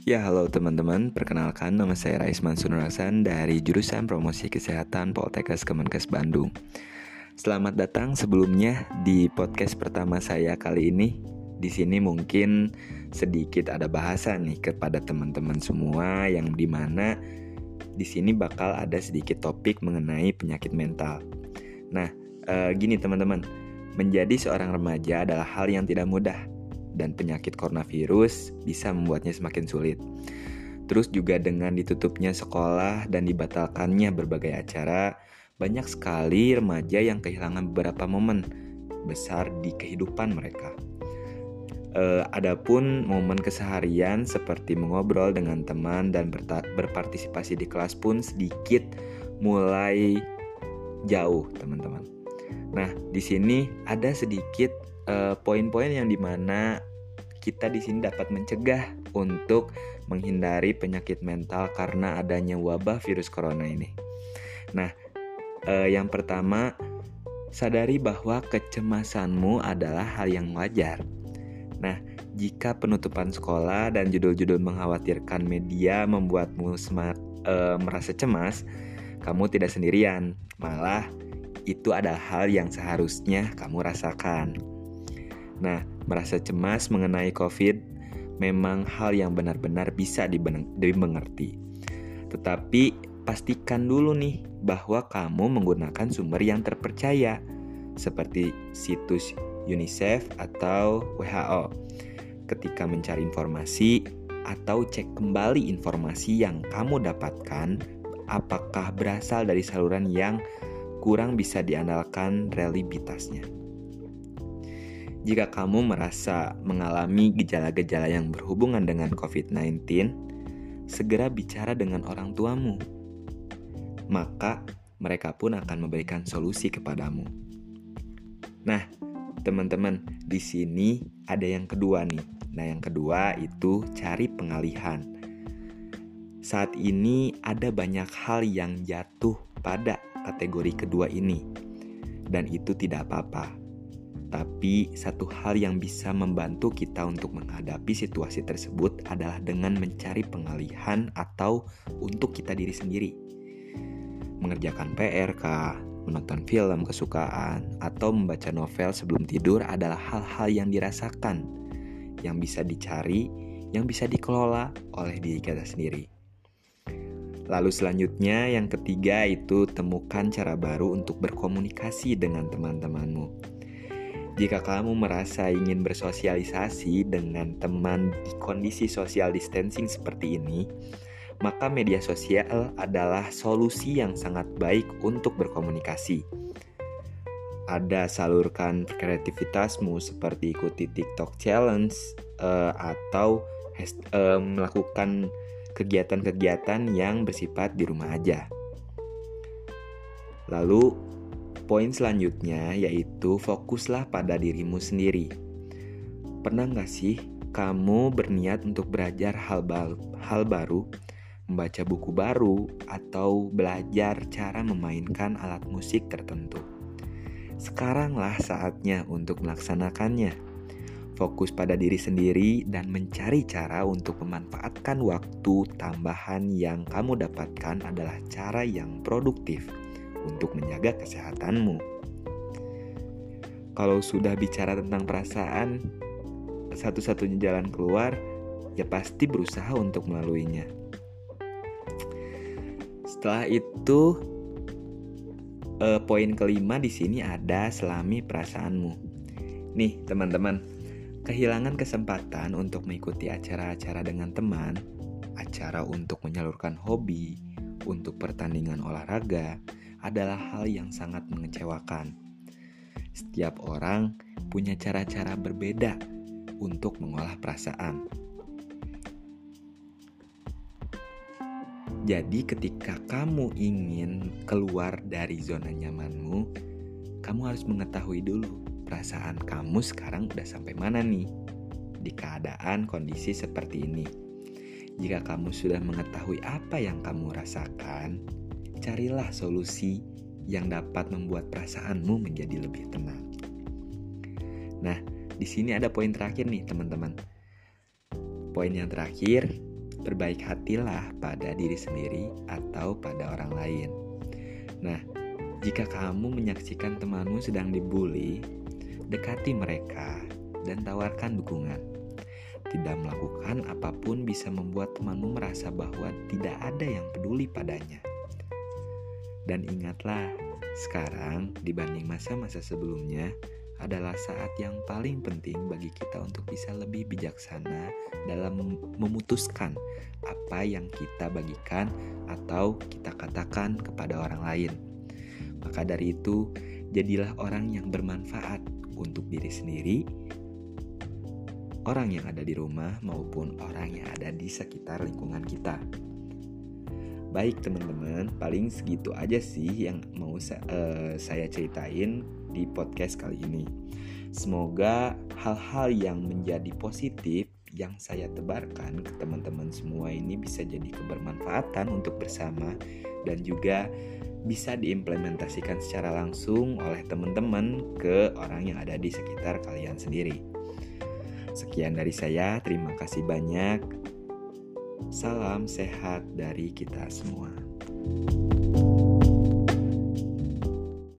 Ya, halo teman-teman. Perkenalkan, nama saya Rais Mansur Nurhasan dari jurusan Promosi Kesehatan Poltekkes Kemenkes Bandung. Selamat datang sebelumnya di podcast pertama saya kali ini. Di sini mungkin sedikit ada bahasa nih kepada teman-teman semua yang dimana di sini bakal ada sedikit topik mengenai penyakit mental. Nah, gini teman-teman, menjadi seorang remaja adalah hal yang tidak mudah. Dan penyakit coronavirus bisa membuatnya semakin sulit. Terus juga dengan ditutupnya sekolah dan dibatalkannya berbagai acara, banyak sekali remaja yang kehilangan beberapa momen besar di kehidupan mereka. Adapun momen keseharian seperti mengobrol dengan teman dan berpartisipasi di kelas pun sedikit mulai jauh, teman-teman. Nah, di sini ada sedikit poin-poin yang dimana kita di sini dapat mencegah untuk menghindari penyakit mental karena adanya wabah virus corona ini. Nah, yang pertama, sadari bahwa kecemasanmu adalah hal yang wajar. Nah, jika penutupan sekolah dan judul-judul mengkhawatirkan media membuatmu merasa cemas, kamu tidak sendirian. Malah, itu adalah hal yang seharusnya kamu rasakan. Nah, merasa cemas mengenai COVID memang hal yang benar-benar bisa dimengerti. Tetapi pastikan dulu nih bahwa kamu menggunakan sumber yang terpercaya seperti situs UNICEF atau WHO ketika mencari informasi, atau cek kembali informasi yang kamu dapatkan apakah berasal dari saluran yang kurang bisa diandalkan reliabilitasnya. Jika kamu merasa mengalami gejala-gejala yang berhubungan dengan COVID-19, segera bicara dengan orang tuamu. Maka mereka pun akan memberikan solusi kepadamu. Nah, teman-teman, di sini ada yang kedua nih. Nah, yang kedua itu cari pengalihan. Saat ini ada banyak hal yang jatuh pada kategori kedua ini, dan itu tidak apa-apa. Tapi satu hal yang bisa membantu kita untuk menghadapi situasi tersebut adalah dengan mencari pengalihan atau untuk kita diri sendiri. Mengerjakan PR kah, menonton film kesukaan, atau membaca novel sebelum tidur adalah hal-hal yang dirasakan, yang bisa dicari, yang bisa dikelola oleh diri kita sendiri. Lalu selanjutnya yang ketiga itu temukan cara baru untuk berkomunikasi dengan teman-temanmu. Jika kamu merasa ingin bersosialisasi dengan teman di kondisi social distancing seperti ini, maka media sosial adalah solusi yang sangat baik untuk berkomunikasi. Ada salurkan kreativitasmu seperti ikuti TikTok Challenge atau melakukan kegiatan-kegiatan yang bersifat di rumah aja. Lalu poin selanjutnya yaitu fokuslah pada dirimu sendiri. Pernah gak sih kamu berniat untuk belajar hal baru, membaca buku baru, atau belajar cara memainkan alat musik tertentu? Sekaranglah saatnya untuk melaksanakannya. Fokus pada diri sendiri dan mencari cara untuk memanfaatkan waktu tambahan yang kamu dapatkan adalah cara yang produktif untuk menjaga kesehatanmu. Kalau sudah bicara tentang perasaan, satu-satunya jalan keluar ya pasti berusaha untuk melaluinya. Setelah itu, poin kelima di sini ada selami perasaanmu. Nih teman-teman, kehilangan kesempatan untuk mengikuti acara-acara dengan teman, acara untuk menyalurkan hobi, untuk pertandingan olahraga, adalah hal yang sangat mengecewakan. Setiap orang punya cara-cara berbeda untuk mengolah perasaan. Jadi ketika kamu ingin keluar dari zona nyamanmu, kamu harus mengetahui dulu perasaan kamu sekarang udah sampai mana nih di keadaan kondisi seperti ini. Jika kamu sudah mengetahui apa yang kamu rasakan, carilah solusi yang dapat membuat perasaanmu menjadi lebih tenang. Nah, di sini ada poin terakhir nih teman-teman. Poin yang terakhir Berbaik hatilah pada diri sendiri atau pada orang lain. Nah, jika kamu menyaksikan temanmu sedang dibully, dekati mereka dan tawarkan dukungan. Tidak melakukan apapun bisa membuat temanmu merasa bahwa tidak ada yang peduli padanya. Dan ingatlah, sekarang dibanding masa-masa sebelumnya adalah saat yang paling penting bagi kita untuk bisa lebih bijaksana dalam memutuskan apa yang kita bagikan atau kita katakan kepada orang lain. Maka dari itu, jadilah orang yang bermanfaat untuk diri sendiri, orang yang ada di rumah maupun orang yang ada di sekitar lingkungan kita. Baik teman-teman, paling segitu aja sih yang mau saya ceritain di podcast kali ini. Semoga hal-hal yang menjadi positif yang saya tebarkan ke teman-teman semua ini bisa jadi kebermanfaatan untuk bersama dan juga bisa diimplementasikan secara langsung oleh teman-teman ke orang yang ada di sekitar kalian sendiri. Sekian dari saya, terima kasih banyak. Salam sehat dari kita semua.